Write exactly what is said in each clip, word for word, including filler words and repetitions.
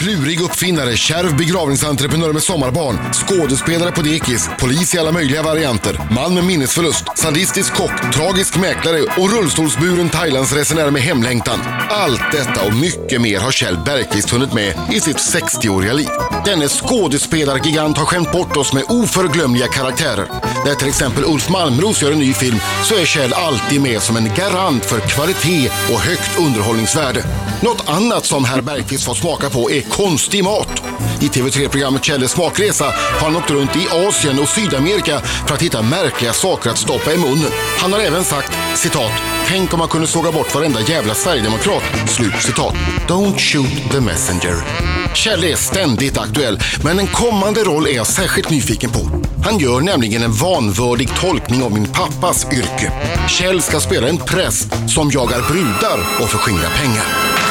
klurig uppfinnare, kärv begravningsentreprenör med sommarbarn, skådespelare på dekis, polis i alla möjliga varianter, man med minnesförlust, sadistisk kock, tragisk mäklare och rullstolsburen Thailandsresenär med hemlängtan. Allt detta och mycket mer har Kjell Bergqvist hunnit med i sitt sextioåriga liv. Denne skådespelargigant har skämt bort oss med oförglömliga karaktärer. När till exempel Ulf Malmros gör en ny film så är Kjell alltid med som en garant för kvalitet och högt underhållningsvärde. Något annat som herr Bergqvist får smaka på är konstig mat. I T V tre-programmet Kjelles smakresa har han åkt runt i Asien och Sydamerika för att hitta märkliga saker att stoppa i munnen. Han har även sagt, citat, tänk om man kunde såga bort varenda jävla Sverigedemokrat, slut citat. Don't shoot the messenger. Kjell är ständigt aktuell, men en kommande roll är jag särskilt nyfiken på. Han gör nämligen en vanvördig tolkning av min pappas yrke. Kjell ska spela en präst som jagar brudar och förskingrar pengar.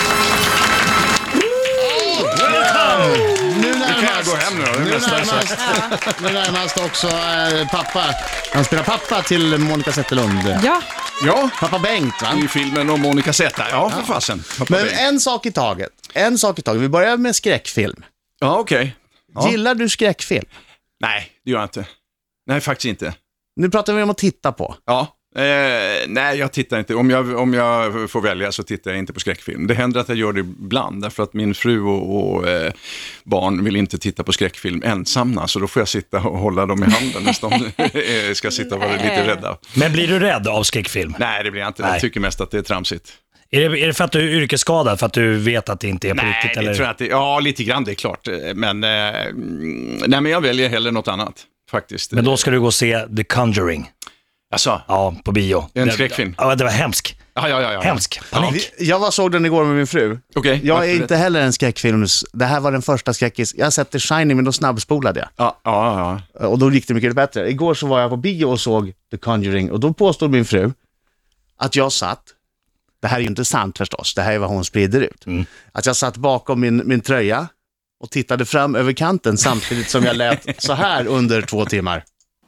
Nu närmast, gå hem nu, då. Nu, närmast, nu närmast också äh, pappa. Han spelar pappa till Monica Zetterlund. Ja. Ja, pappa Bengt, va? I filmen om Monica Zeta. Ja, för ja. fasen. Pappa Men Bengt. en sak i taget. En sak i taget. Vi börjar med skräckfilm. Ja, okej. Okay. Ja. Gillar du skräckfilm? Nej, det gör jag inte. Nej, faktiskt inte. Nu pratar vi om att titta på. Ja. Eh, nej, jag tittar inte. Om jag, om jag får välja så tittar jag inte på skräckfilm. Det händer att jag gör det ibland, därför att min fru och, och eh, barn vill inte titta på skräckfilm ensamma, så då får jag sitta och hålla dem i handen när de ska sitta och vara lite rädda. Men blir du rädd av skräckfilm? Nej, det blir jag inte. Jag tycker mest att det är tramsigt. Är det, är det för att du är yrkesskadad, för att du vet att det inte är på nej, riktigt? Nej, eller? tror jag att det, ja, lite grann, det är klart. Men, eh, nej, men jag väljer hellre något annat, faktiskt. Men då ska du gå och se The Conjuring. Alltså, ja, på bio. En det, skräckfilm. Ja, det var hemsk. Ja, ja, ja, ja. Hemsk. Panik. Jag var såg den igår med min fru. Okay. Jag är inte heller en skräckfilms. Det här var den första skräckis. Jag har sett The Shining, men då snabbspolade jag. Ja, ja, ja. Och då gick det mycket bättre. Igår så var jag på bio och såg The Conjuring. Och då påstod min fru att jag satt, det här är ju inte sant förstås, det här är vad hon sprider ut. Mm. Att jag satt bakom min, min tröja och tittade fram över kanten samtidigt som jag lät så här under två timmar.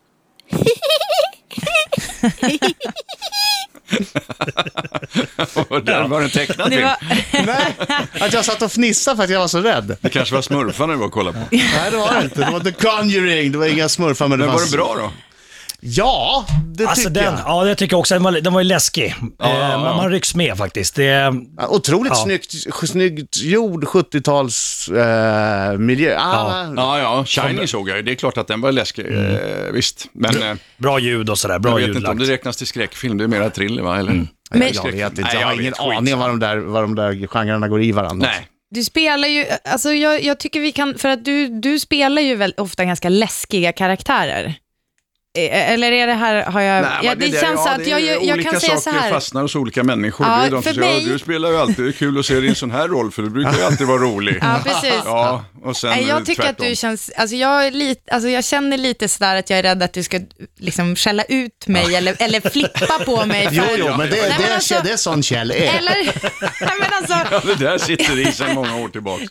Och där var en tecknad film. Var... Nej, att jag satt och fnissade för att jag var så rädd. Det kanske var smurfar när du var och kollade på. Nej, det var det inte. Det var The Conjuring. Det var inga smurfar. Men, det men var det bra då? Ja, det alltså tycker den, jag. Ja, det tycker jag också. Den var, den var ju läskig. Ja, eh, ja, ja. Man, man rycks med faktiskt. Det, ja, otroligt ja. snyggt, snyggt gjord sjuttio-tals eh, miljö. Ah, ja. ja, ja. Shining såg jag. Det är klart att den var läskig. Mm. Eh, visst. Men, bra, bra ljud och sådär. Bra jag vet ljudlagt. inte om det räknas till skräckfilm. Det är mera thriller, va? Eller? Mm. Men, jag vet inte. Jag har ingen aning om vad de där, vad de där genrerna går i varandra. Nej. Du spelar ju, alltså jag, jag tycker vi kan, för att du, du spelar ju väl ofta ganska läskiga karaktärer. Eller är det här, har jag... Nej, ja, det, det känns ja, att jag, jag, jag kan säga så här. Olika saker fastnar hos olika människor. Ja, det är de för som säger, mig... du spelar ju alltid, det är kul att se dig i en sån här roll, för du brukar ju alltid vara rolig. Ja, precis. Ja, och sen jag tycker tvärtom. att du känns, alltså jag, är lite, alltså jag känner lite sådär att jag är rädd att du ska liksom skälla ut mig ja. eller, eller flippa på mig. För... Jo, jo, men det, nej, det, men alltså... det är sån Kjell är. Eller, nej, men alltså... Ja, det där sitter i sedan många år tillbaka.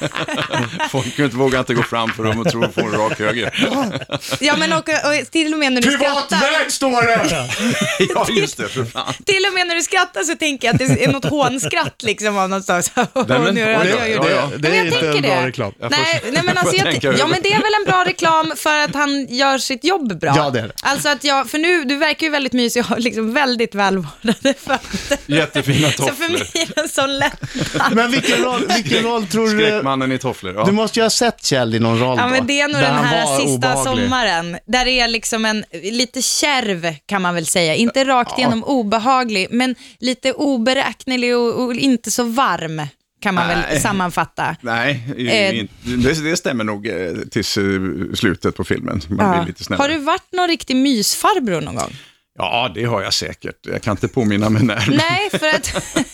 Folk kan inte våga inte gå fram för dem och tro att få en rak höger. Ja, men och, och till och med när du Privat skrattar... väg står det! Ja, just det, för fan. Till och med när du skrattar så tänker jag att det är något hånskratt liksom av någonstans. Nej, men, nu, det, jag, ja, jag, ja. Det är jag inte en bra det. reklam. Jag nej, får, nej, men alltså, jag, jag ja, men det är väl en bra reklam för att han gör sitt jobb bra. Ja, det är det. Alltså att jag, för nu, du verkar ju väldigt mysig och har liksom väldigt välvårdade fötter. Jättefina tofflor. Så för mig är det en sån lätt. Men vilken roll, vilken roll tror du... Skräckmannen i tofflor, ja. Du måste ju ha sett Kjell i någon roll Ja, då. men det är nog där den här var sista obehaglig. sommaren. Där det är liksom en lite kärv, kan man väl säga. Inte rakt igenom obehaglig, men lite oberäknelig och, och inte så varm, kan man Nej. väl sammanfatta. Nej, Eh, inte, det, det stämmer nog eh, tills eh, slutet på filmen. Man Ja. blir lite snällare. Har du varit någon riktig mysfarbror någon gång? Ja, det har jag säkert. Jag kan inte påminna mig när. Nej, för att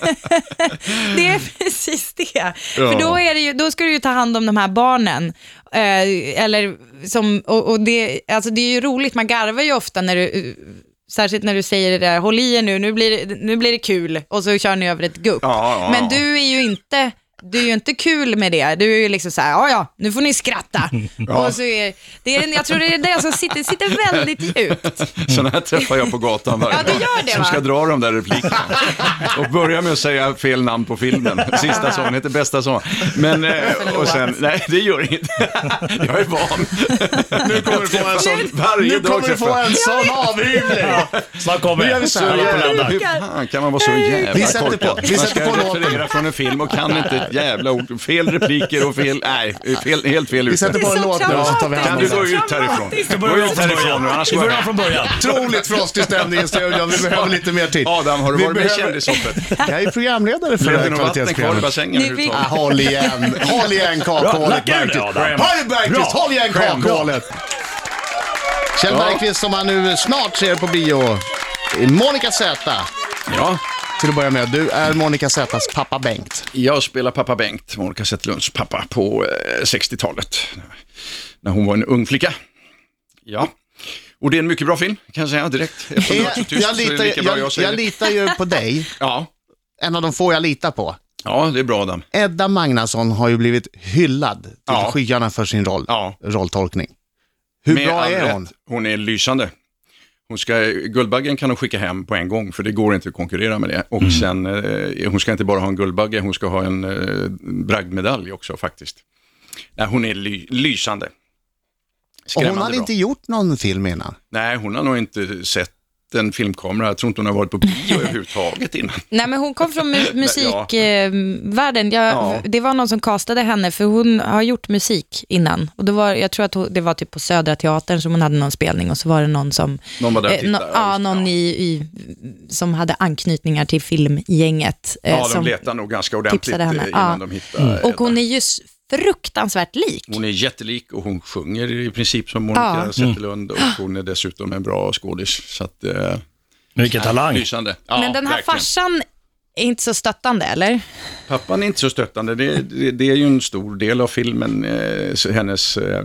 det är precis det. Ja. För då, är det ju, då ska du ju ta hand om de här barnen. Eh, eller som, och, och det, alltså det är ju roligt, man garvar ju ofta när du... Särskilt när du säger det där, håll i er nu, nu blir det, nu blir det kul. Och så kör ni över ett gupp. Ja, ja, Men ja. du är ju inte du är ju inte kul med det. Du är ju liksom så här, ja ja, nu får ni skratta. Ja. Och så är, det är, jag tror det är det som sitter, sitter väldigt djupt. Sådana här träffar jag på gatan varje Ja, du gör det, som va? ska dra de där replikerna. Och börja med att säga fel namn på filmen. Sista sången heter bästa sång. Men, eh, och sen, nej det gör inget. Jag är van. Nu kommer du få en sån, varje nu dag kommer du få träffar. en sån avhyvling. Snart kommer Nu gör vi så här. Hur fan kan man vara så jävla Vi sätter korkad? på- vi Man sätter ska på låten. referera från en film och kan inte ett jävla ord. Fel repliker och fel, nej, fel, helt fel Vi ut. sätter på en låt nu och så tar vi Kan hand du om det. gå ut härifrån? Vi Gå börjar ut om från härifrån nu, början. annars Vi går jag börjar om hem. från början. Otroligt frostig stämning i studion. Vi behöver lite mer tid. Adam, har du Vi varit med i behöver- Kändishoppet? Jag är programledare för det Blev här det något vatten kvar i kvalitetsprogrammet. bassängen Ni fick- Ah, överhuvudtaget? håll igen, håll igen kakhålet Lackar du det, Bergqvist. Adam? Hörru Bergqvist, Bra. håll igen Skämt. kakhålet. Kjell Bergqvist som man nu snart ser på bio. Monica Z. Ja, Till att börja med, du är Monica Z:s pappa Bengt. jag spelar pappa Bengt, Monica Zetterlunds pappa, på eh, sextiotalet. När hon var en ung flicka. Ja. Och det är en mycket bra film, kan jag säga direkt. Eftersom du är så tyst, Jag så är det litar, lika bra jag jag, säger jag det. litar ju på dig, Ja. en av de få jag litar på. ja, det är bra Adam. Edda Magnusson har ju blivit hyllad till Ja. skyarna för sin roll, Ja. rolltolkning. Hur Med bra all är rätt. hon? Hon är lysande. Hon ska, Guldbaggen kan hon skicka hem på en gång, för det går inte att konkurrera med det. Och Mm. sen, eh, hon ska inte bara ha en Guldbagge, hon ska ha en eh, bragdmedalj också faktiskt. Nej, hon är ly, lysande. Och hon Skrämmande hade bra. inte gjort någon film innan. Nej, hon har nog inte sett en filmkamera. Jag tror inte hon har varit på bio överhuvudtaget innan. Nej, men hon kom från mu- musikvärlden. Jag, Ja. Det var någon som castade henne, för hon har gjort musik innan. Och det var, jag tror att hon, det var typ på Södra Teatern som hon hade någon spelning, och så var det någon som... Någon var där och eh, tittade. no, Ja, ja, just det, någon ja. I, i, som hade anknytningar till filmgänget. eh, Ja, de som, letar nog ganska ordentligt tipsade henne. eh, innan Ja. de hittar och hon är ju s- fruktansvärt lik. Hon är jättelik och hon sjunger i princip som Monica Ja. Zetterlund, och hon är dessutom en bra skådis. Så att, eh, Vilken talang. lysande. Ja, Men den här verkligen. farsan är inte så stöttande, eller? Pappan är inte så stöttande. Det, det, det är ju en stor del av filmen. Eh, så hennes, eh,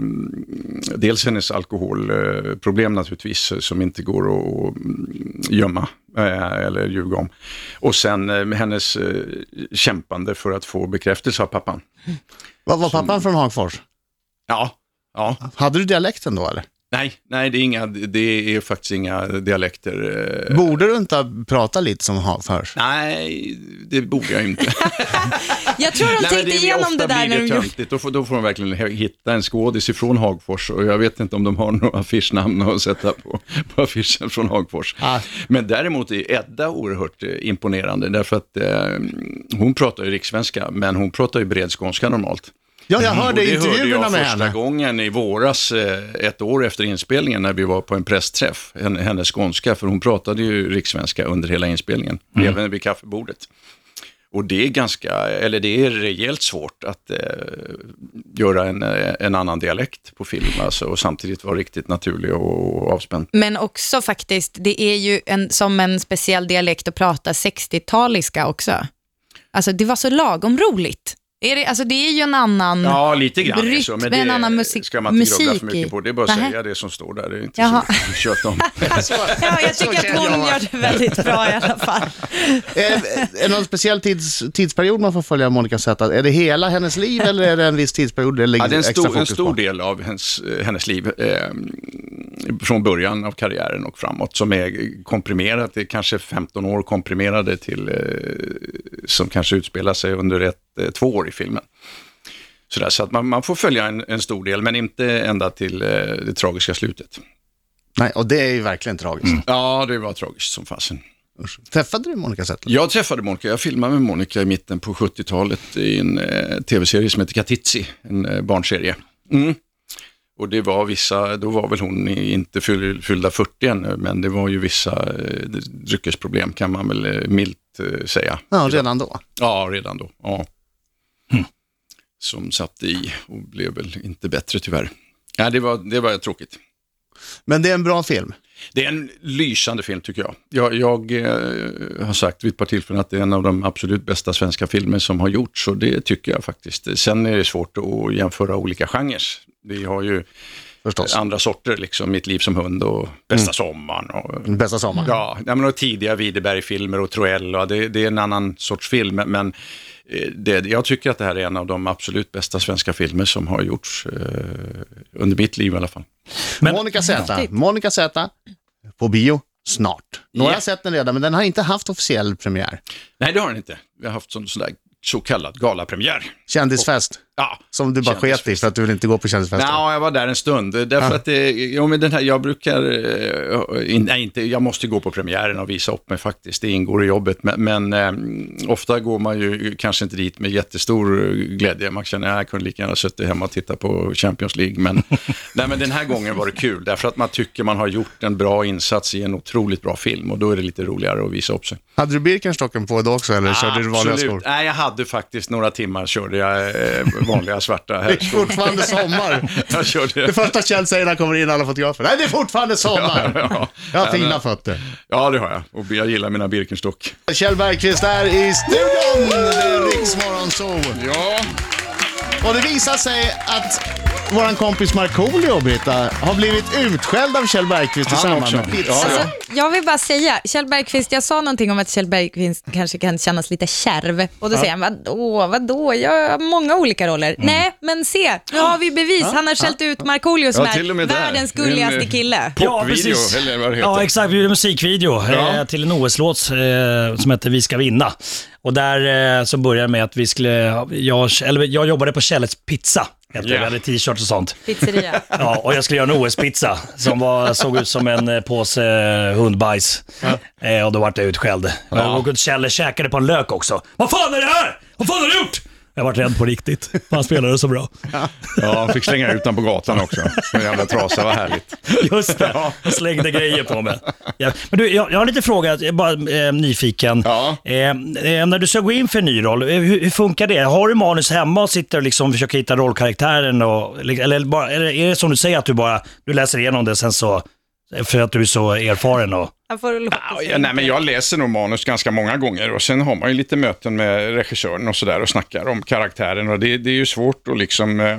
dels hennes alkoholproblem naturligtvis, som inte går att mm, gömma eh, eller ljuga om. Och sen eh, hennes eh, kämpande för att få bekräftelse av pappan. Var, var pappan från Hagfors? Ja, ja. Hade du dialekten då eller? Nej, nej det, är inga, det är faktiskt inga dialekter. eh. Borde du inte prata lite som Hagfors? Nej, det borde jag inte. Jag tror de Nej, men tänkte det är igenom det ofta där blir när det de gjorde... töntigt. Då får, då får de verkligen hitta en skådis ifrån Hagfors. Och jag vet inte om de har några affischnamn att sätta på, på affischen från Hagfors. Ah. Men däremot är Edda oerhört eh, imponerande. Därför att eh, hon pratar ju rikssvenska, men hon pratar ju bredskånska normalt. Ja, jag Och hörde det hörde intervjuerna jag med första henne. gången i våras, eh, ett år efter inspelningen, när vi var på en pressträff, hen- hennes skånska, för hon pratade ju rikssvenska under hela inspelningen, även vid kaffebordet. Och det är ganska, eller det är rejält svårt att eh, göra en, eh, en annan dialekt på film, alltså, och samtidigt vara riktigt naturlig och avspänd. Men också faktiskt, det är ju en, som en speciell dialekt att prata sextiotaliska också. Alltså det var så lagom roligt. Är det, alltså det är ju en annan... Ja, lite grann. Rytm, Så, men en det annan musik- ska man inte grubbla musik för mycket i. på. Det är bara att Nähä. säga det som står där. Det är inte Jaha. så kött om. Ja, jag tycker att hon gör det väldigt bra i alla fall. Är, är det någon speciell tids, tidsperiod man får följa Monica Z? Är det hela hennes liv eller är det en viss tidsperiod det ligger Ja, det är en extra stor, en fokus stor på? del av hennes, hennes liv eh, från början av karriären och framåt, som är komprimerat, det är kanske femton år komprimerade till eh, som kanske utspelar sig under ett, eh, två år i filmen. Så, där, så att man, man får följa en, en stor del, men inte ända till eh, det tragiska slutet. Nej, och det är ju verkligen tragiskt. Ja, det var tragiskt som fasen. Usch. Träffade du Monica Z? Jag träffade Monica, jag filmade med Monica i mitten på sjuttiotalet i en eh, tv-serie som heter Katitzi, en eh, barnserie. Mm. Och det var vissa, då var väl hon inte fyll, fyllda fyrtio ännu, men det var ju vissa eh, dryckesproblem kan man väl eh, milt eh, säga. Ja, redan då. Ja, redan då. Ja. Som satt i och blev väl inte bättre tyvärr. Ja, det var, det var tråkigt. Men det är en bra film. Det är en lysande film tycker jag. Jag, jag eh, har sagt vid ett par tillfällen att det är en av de absolut bästa svenska filmer som har gjorts, och det tycker jag faktiskt. Sen är det svårt att jämföra olika genrer. Vi har ju Förstås. andra sorter, liksom Mitt liv som hund och Bästa sommaren. Och, Bästa sommar. ja, nej, men och tidiga Widerberg-filmer och Troell, och det, det är en annan sorts film, men det, jag tycker att det här är en av de absolut bästa svenska filmer som har gjorts eh, under mitt liv i alla fall. Men, Monica Z, Monica Z på bio snart. Några Ja. har sett den redan, men den har inte haft officiell premiär. Nej, det har den inte. Vi har haft sån, sån där så kallad galapremiär. Kändisfest, Ja, som du bara sket i för att du vill inte gå på kändisfesten. Ja, jag var där en stund. Därför Ja. att det, ja, men den här, jag brukar, eh, in, nej, inte, jag måste gå på premiären och visa upp mig faktiskt. Det ingår i jobbet. Men, men eh, ofta går man ju kanske inte dit med jättestor glädje. Man känner att jag kunde lika gärna suttit hemma och titta på Champions League. Men, nej, men den här gången var det kul. Därför att man tycker man har gjort en bra insats i en otroligt bra film. Och då är det lite roligare att visa upp sig. Hade du Birkenstocken på då också, eller körde du vanliga skor? Nej, jag hade faktiskt några timmar körde jag eh, vanliga svarta Det är herrskor. fortfarande sommar. Jag körde Det första Kjell säger när han kommer in alla fotografer. Nej, det är fortfarande sommar. Ja, Jag har ja, fina men- fötter. ja, det har jag. Och jag gillar mina Birkenstock. Kjell Bergqvist är i studion. Det är Riks Morgonzoo. Ja. Och det visar sig att våran kompis Markoolio, Britta, har blivit utskälld av Kjell Bergqvist i Han samband också. med pizza. Ja, ja. Alltså, jag vill bara säga, Kjell Bergqvist, jag sa någonting om att Kjell Bergqvist kanske kan kännas lite kärv. Och då säger han, vadå, vadå, jag har många olika roller. Mm. Nej, men se, nu har vi bevis. Han har skällt ut Markoolio som Ja, till och är med där. världens gulligaste En, eh, kille. Ja, Popvideo, precis. eller vad det heter. Ja, exakt. Vi gjorde en musikvideo Ja. eh, till en O S-låt eh, som heter Vi ska vinna. Och där eh, så började det med att vi skulle, jag, eller jag jobbade på Kjellets pizza. Helt Ja. Vi hade t-shirts och sånt. Pizzeria. Ja, och jag skulle göra en O S-pizza som var, såg ut som en eh, påse eh, hundbajs. Eh, och då var det utskälld. Ja. Och Kjell käkade på en lök också. Vad fan är det här? Vad fan har du gjort? Jag var rädd på riktigt. Han spelade så bra. Ja, han fick slänga ut den på gatan också. En jävla trasa, var härligt. Just det, jag slängde grejer på mig. Ja. Men du, jag, jag har lite fråga, jag är bara eh, nyfiken. Ja. Eh, eh, när du ska gå in för en ny roll, eh, hur, hur funkar det? Har du manus hemma och sitter och liksom försöker hitta rollkaraktären? Och, eller, bara, eller är det som du säger att du bara du läser igenom det sen så, för att du är så erfaren? Och... Han får låta Ja, sig ja, nej, men jag läser nog manus ganska många gånger och sen har man ju lite möten med regissören och sådär och snackar om karaktären och det, det är ju svårt att liksom, eh,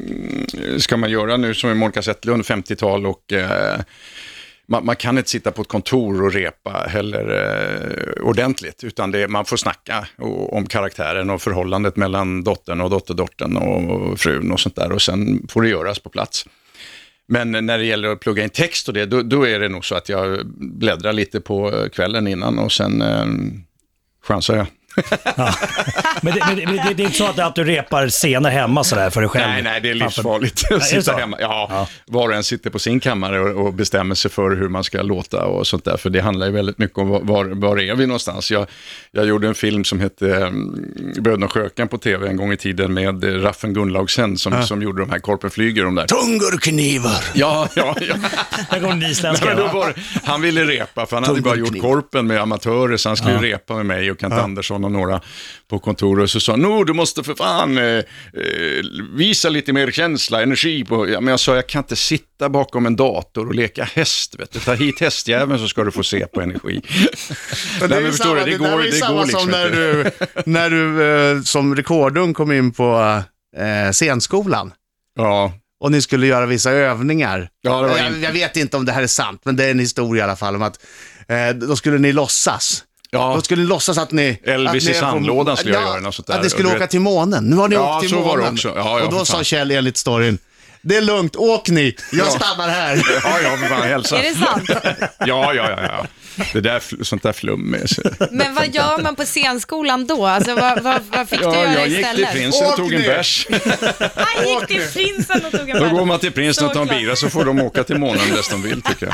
ska man göra nu som i Monica Zetterlund femtiotal och eh, man, man kan inte sitta på ett kontor och repa heller eh, ordentligt utan det, man får snacka och, om karaktären och förhållandet mellan dottern och dotterdottern och frun och sånt där och sen får det göras på plats. Men när det gäller att plugga in text och det, då, då är det nog så att jag bläddrar lite på kvällen innan och sen eh, chansar jag. Ja. Men, det, men det, det, det är inte så att, att du repar scener hemma sådär för dig själv? Nej, nej, det är livsfarligt är att det sitta så? hemma. Ja, Ja. var och en sitter på sin kammare och, och bestämmer sig för hur man ska låta och sånt där. För det handlar ju väldigt mycket om var, var, var är vi någonstans. Jag, jag gjorde en film som hette um, Bröderna Sjökan på tv en gång i tiden med uh, Raffen Gunnlaugsen som, Ja. som gjorde de här Korpen flyger de där. Tungor knivar. Ja, ja, ja. Där går den isländska. Nej, men då var, det- han ville repa för han hade bara gjort Tungkniv. Korpen med amatörer så han skulle Ja. repa med mig och Kent Andersson och några på kontoret och så sa han, no, du måste för fan eh, eh, visa lite mer känsla, energi på, ja, men jag sa jag kan inte sitta bakom en dator och leka häst, vet du, ta hit hästjäveln så ska du få se på energi. Men Nej, men förstår du, det där går, är ju det samma går liksom som när inte. du, när du eh, som rekordung kom in på eh, scenskolan. Ja, Och ni skulle göra vissa övningar. Ja, det var jag, in- jag vet inte om det här är sant, men det är en historia i alla fall om att eh, då skulle ni låtsas. ja. Då skulle ni låtsas att ni... Elvis att ni i är på- sandlådan skulle jag ja, göra, något sånt där. Att ni skulle Och du åka vet- till månen. Nu har ni Ja, åkt till så var det månen. också. Ja, ja, och då för sa fan. Kjell enligt storyn, det är lugnt, åk ni, jag Ja. stannar här. Ja, ja, för fan, hälsa. Är det sant? Ja, ja, ja, ja. Det där, fl- sånt där flum med sig. Men vad gör man på scenskolan då? Alltså, vad, vad, vad fick du Ja, göra jag gick till istället? prinsen och Åk tog en ner. bärs. Han gick till prinsen och tog en Då går bärs. man till prinsen och tar en Såklart. bira så får de åka till månen bäst de vill tycker jag.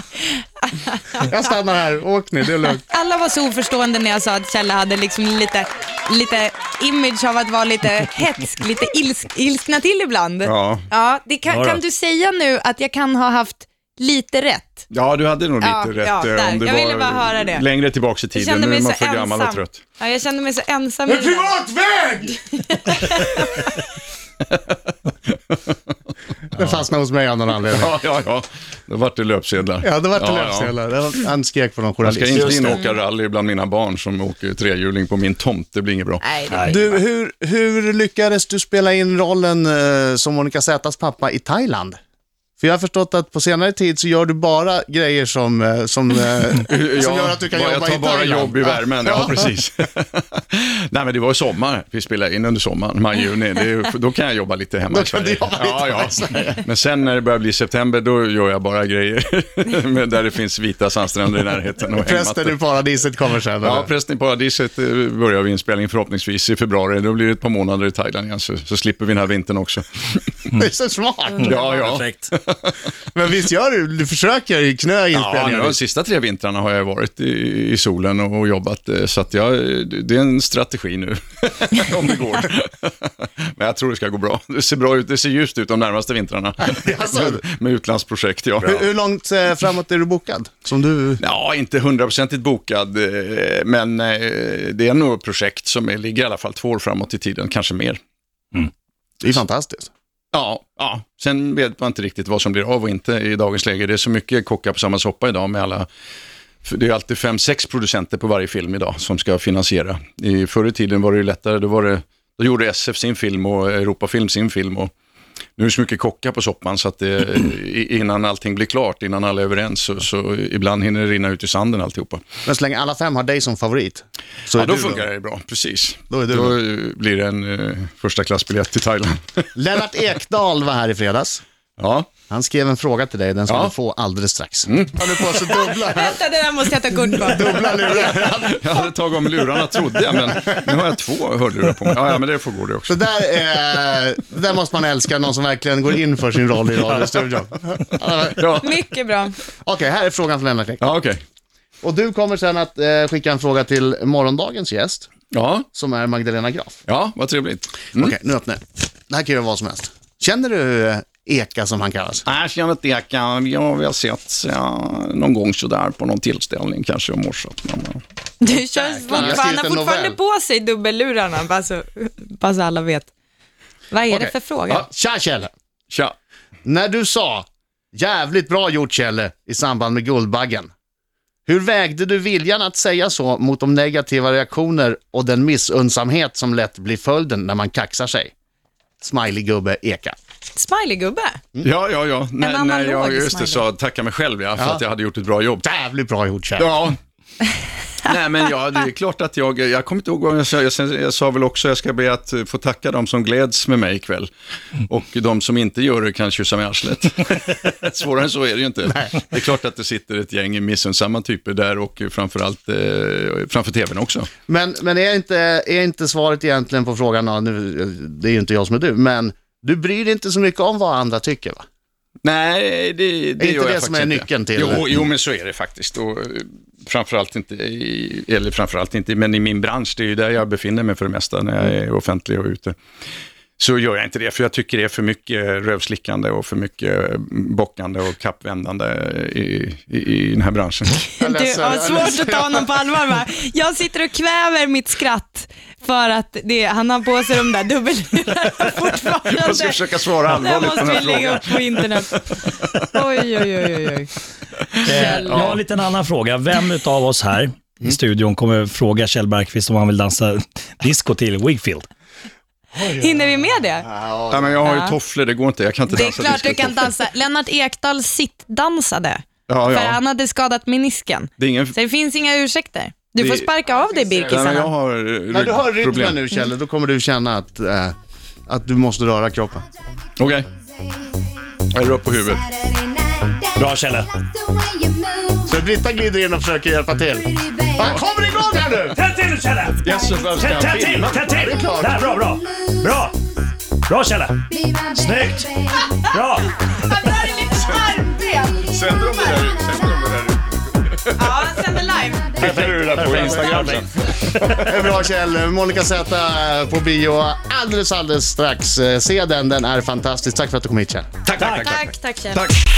Jag stannar här, åk ni, det är lugnt. Alla var så oförstående när jag sa att Kjell hade liksom lite, lite image av att vara lite hetsk, lite ilsk, ilskna till ibland. Ja. Ja, det kan, Ja då. kan du säga nu att jag kan ha haft lite rätt? Ja, du hade nog lite Ja, rätt ja, eh, där. om du Jag var ville bara höra det. längre tillbaka i Jag tiden. kände Nu är mig man så för gammal och ensam. trött. Ja, jag kände mig så ensam. i En det där. privat väg! Den fastnade hos mig av någon anledning. Ja, ja, ja. Då vart det löpsedlar. Ja, det var det Ja, löpsedlar. Det var- Han skrek på någon Jag ska journalist. inte Just in och åka rally bland mina barn som åker trehjuling på min tomt. Det blir inget bra. Nej, det Nej. Du, hur, hur lyckades du spela in rollen eh, som Monica Z:s pappa i Thailand? För jag har förstått att på senare tid så gör du bara grejer som, eh, som, eh, som Ja, gör att du kan bara- jobba jag tar i bara Thailand. jobb i värmen, ja, precis. Nej men det var ju sommar, vi spelade in under sommaren, maj, juni, det är, då kan jag jobba lite hemma Då i kan du Sverige. jobba lite ja, hemma ja. i Sverige. Men sen när det börjar bli september, då gör jag bara grejer med där det finns vita sandstränder i närheten. Och Prästen i hängmattor. paradiset kommer sen. Ja, eller? Prästen i paradiset eh, börjar vi inspelning förhoppningsvis i februari. Då blir det ett par månader i Thailand igen, så, så slipper vi den här vintern också. Det är så smart. Ja, ja. Perfekt. Men visst gör du, du försöker i knö Ja, inspelningar. nu, de sista tre vintrarna har jag varit i, i solen och, och jobbat, eh, så att jag, det är en strategi nu, om det går. Men jag tror det ska gå bra. Det ser bra ut, det ser ljust ut de närmaste vintrarna. Alltså. med, med utlandsprojekt, ja. Hur, hur långt eh, framåt är du bokad? Som du... Ja, inte hundraprocentigt bokad, eh, men eh, det är nog ett projekt som är, ligger i alla fall två år framåt i tiden, kanske mer. Det är fantastiskt. Ja, ja, sen vet man inte riktigt vad som blir av och inte i dagens läge. Det är så mycket kockar på samma soppa idag med alla, för det är alltid fem, sex producenter på varje film idag som ska finansiera. I förr i tiden var det ju lättare, då, var det, då gjorde S F sin film och Europafilm sin film och nu är det så mycket kockar på soppan så att det, innan allting blir klart, innan alla är överens så, så ibland hinner det rinna ut i sanden alltihopa. Men så länge alla fem har dig som favorit så Ja, är då du funkar det bra, precis. Då är du Då blir det en eh, första klassbiljett till Thailand. Lennart Ekdal var här i fredags. Ja. Han skrev en fråga till dig, den ska Ja. du få alldeles strax. Mm. Han är på sig dubbla, Vänta, det där måste jag ta kort på. dubbla lurar. Jag hade tagit om lurarna trodde jag, men nu har jag två hörlurar på mig. Ja, ja, men det får gå det också. Så där, eh, där måste man älska någon som verkligen går in för sin roll i radiostudion. Ja, Mycket bra. Okej, här är frågan från Lennart Ekdal. ja okej. Och du kommer sen att eh, skicka en fråga till morgondagens gäst, Ja, som är Magdalena Graf. ja, vad trevligt. Mm. Okej, nu öppnar jag. Det här kan ju vara vad som helst. Känner du eh, Eka som han kallas? Jag känner inte jag kan, jag har väl sett ja, någon gång sådär på någon tillställning kanske om morsat. Du kör Jag har fortfarande, skrivit han har en fortfarande novell. på sig dubbellurarna, bara så, bara så alla vet. Vad är det Okej. för fråga? Ja. Tja Kjelle! Tja. När du sa jävligt bra gjort Kjelle i samband med Guldbaggen, hur vägde du viljan att säga så mot de negativa reaktioner och den missunnsamhet som lätt blir följden när man kaxar sig? Smiley gubbe Eka. Smileygubbe? Ja, ja, ja. När, när analog jag just smiley. det, sa tacka mig själv ja, för Ja. att jag hade gjort ett bra jobb. Jävligt bra gjort Kjelle. Ja. Nej men ja, det är klart att jag, jag kommer inte ihåg vad jag sa, jag, jag sa väl också jag ska be att få tacka de som gläds med mig ikväll. Och de som inte gör det kan kyssa mig i arslet. Svårare än så är det ju inte. Nej. Det är klart att det sitter ett gäng missunnsamma typer där och framförallt eh, framför tvn också. Men, men är, inte, är inte svaret egentligen på frågan, ja, nu, det är ju inte jag som är du, men du bryr dig inte så mycket om vad andra tycker va? Nej, det, det Är gör inte jag det som faktiskt är inte. nyckeln till Jo, det? jo, men så är det faktiskt. Och, eh, framförallt inte, i, eller framförallt inte, men i min bransch, det är ju där jag befinner mig för det mesta när jag är offentlig och ute. Så gör jag inte det, för jag tycker det är för mycket rövslickande och för mycket bockande och kappvändande i, i, i den här branschen. Jag Du läser- har jag svårt läser- att ta honom på allvar va? Jag sitter och kväver mitt skratt för att det, han har på sig de där dubbellurarna fortfarande. Jag ska försöka svara Det allvarligt på måste den här vi lägga frågan. upp på internet. Oj, oj, oj, oj, oj. Eh, jag har en liten annan fråga. Vem utav oss här i studion kommer fråga Kjell Bergqvist om han vill dansa disco till Wigfield? Hinner vi med det? Ja, men jag har ju Ja. tofflor, det går inte. Jag kan inte Det är dansa klart disco du kan tofflor. dansa. Lennart Ekdal sittdansade. Ja, För ja. han hade skadat menisken. Det är ingen... Så det finns inga ursäkter. Du Det- får sparka av dig Nej, men jag birkisarna. har När du hör rytmen ryggproblem. nu Kjelle, då kommer du känna att, eh, att du måste röra kroppen. Okej. Jag är upp på huvudet. Bra Kjelle. Så Britta glider in och försöker hjälpa till. Han kommer igång här nu! Tänd till Kjelle! Yes, så ska Tänd jag tänd till, filma. tänd till! det är klart. Där, bra, bra. Bra! Bra Kjelle! Snyggt! Bra! Han drar en liten armben. Sänder de det där? Sänder de det där? Ja, han sänder live. Skickar du det där på Instagram sen? Det är bra Kjell. Monica Z på bio alldeles, alldeles strax. Se den, den är fantastisk. Tack för att du kom hit Kjell. Tack, tack, tack. Tack, tack Kjell. Tack.